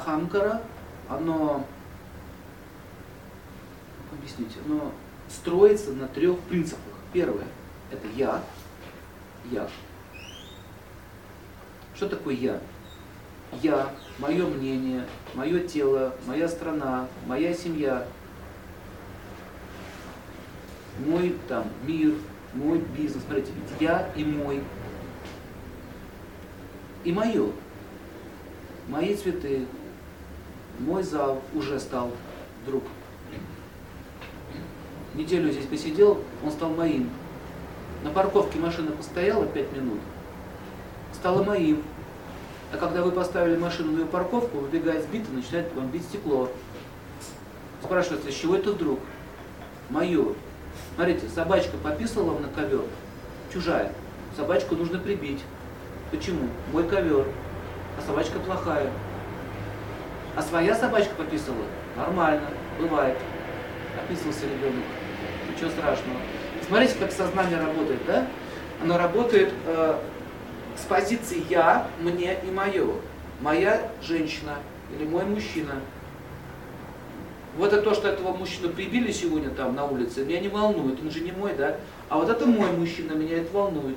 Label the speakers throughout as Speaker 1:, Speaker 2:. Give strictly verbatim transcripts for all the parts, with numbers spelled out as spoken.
Speaker 1: ахамкара, оно, как объяснить, оно строится на трех принципах. Первое – это я, я. Что такое я? Я, мое мнение, мое тело, моя страна, моя семья, мой там мир, мой бизнес. Смотрите, ведь я и мой. И мое. Мои цветы, мой зал уже стал вдруг. Неделю здесь посидел, он стал моим. На парковке машина постояла пять минут, стала моим. А когда вы поставили машину на ее парковку, выбегает сбито, начинает вам бить стекло. Спрашивается, с чего это вдруг? Мое. Смотрите, собачка пописала вам на ковер, чужая. Собачку нужно прибить. Почему? Мой ковер. А собачка плохая. А своя собачка пописала? Нормально, бывает. Описывался ребенок. Ничего страшного. Смотрите, как сознание работает, да? Оно работает э, с позиции я, мне и мое. Моя женщина или мой мужчина. Вот это то, что этого мужчину прибили сегодня там на улице, меня не волнует, он же не мой, да? А вот это мой мужчина, меня это волнует.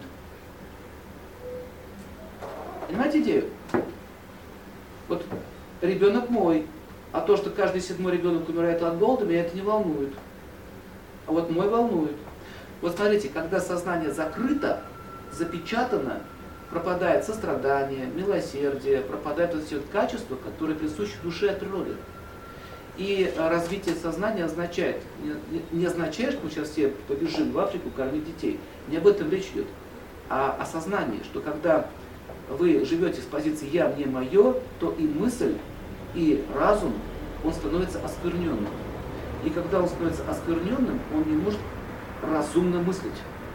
Speaker 1: Понимаете идею? Вот ребенок мой, а то, что каждый седьмой ребенок умирает от голода, меня это не волнует. А вот мой волнует. Вот смотрите, когда сознание закрыто, запечатано, пропадает сострадание, милосердие, пропадают вот эти вот качества, которые присущи душе от природы. И развитие сознания означает, не, не означает, что мы сейчас все побежим в Африку кормить детей. Не об этом речь идет, а о сознании, что когда вы живете с позиции «я, мне, мое», то и мысль, и разум, он становится оскверненным. И когда он становится оскверненным, он не может разумно мыслить.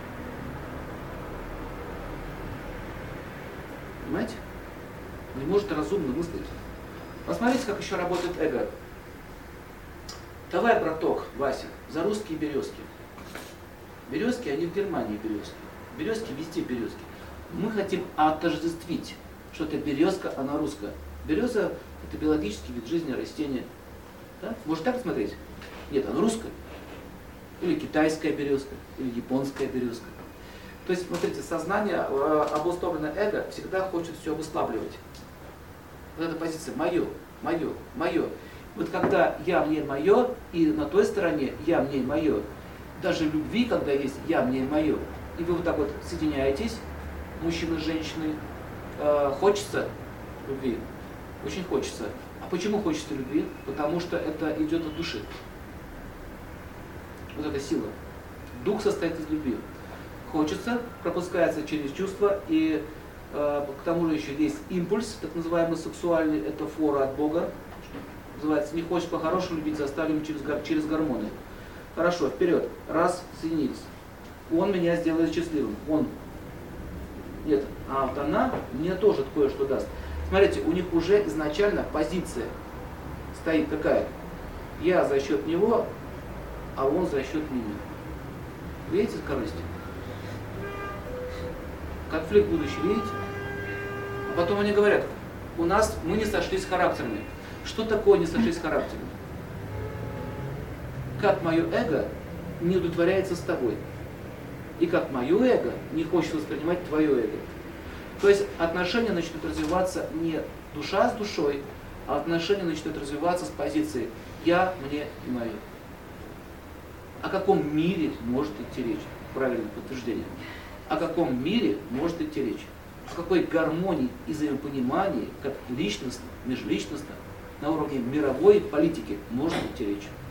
Speaker 1: Понимаете? Не может разумно мыслить. Посмотрите, как еще работает эго. Давай, браток, Вася, за русские березки. Березки, они в Германии березки. Березки везде березки. Мы хотим отождествить, что это березка, она русская. Береза – это биологический вид жизни растения. Да? Может так смотреть? Нет, она русская. Или китайская березка, или японская березка. То есть, смотрите, сознание, обусловленное эго, всегда хочет все обуславливать. Вот эта позиция «моё», «моё», «моё». Вот когда «я, мне, мое», и на той стороне «я, мне, мое», даже в любви, когда есть «я, мне, мое», и вы вот так вот соединяетесь, мужчина с женщиной, э, хочется любви, очень хочется. А почему хочется любви? Потому что это идет от души. Вот эта сила. Дух состоит из любви. Хочется, пропускается через чувства, и э, к тому же еще есть импульс, так называемый сексуальный, это фора от Бога. Называется, не хочешь по-хорошему любить, заставим через, через гормоны. Хорошо, вперед. Раз, соединились. Он меня сделает счастливым. Он. Нет. А вот она мне тоже кое-что даст. Смотрите, у них уже изначально позиция стоит какая? Я за счет него, а он за счет меня. Видите скорость? Конфликт будущий, видите? А потом они говорят, у нас мы не сошлись характерами. Что такое не сошлись характерами? Как мое эго не удовлетворяется с тобой. И как мое эго не хочет воспринимать твое эго. То есть отношения начнут развиваться не душа с душой, а отношения начнут развиваться с позиции «я, мне и мое». О каком мире может идти речь? Правильное подтверждение. О каком мире может идти речь? О какой гармонии и взаимопонимании, как личностно, межличностно, на уровне мировой политики может идти речь?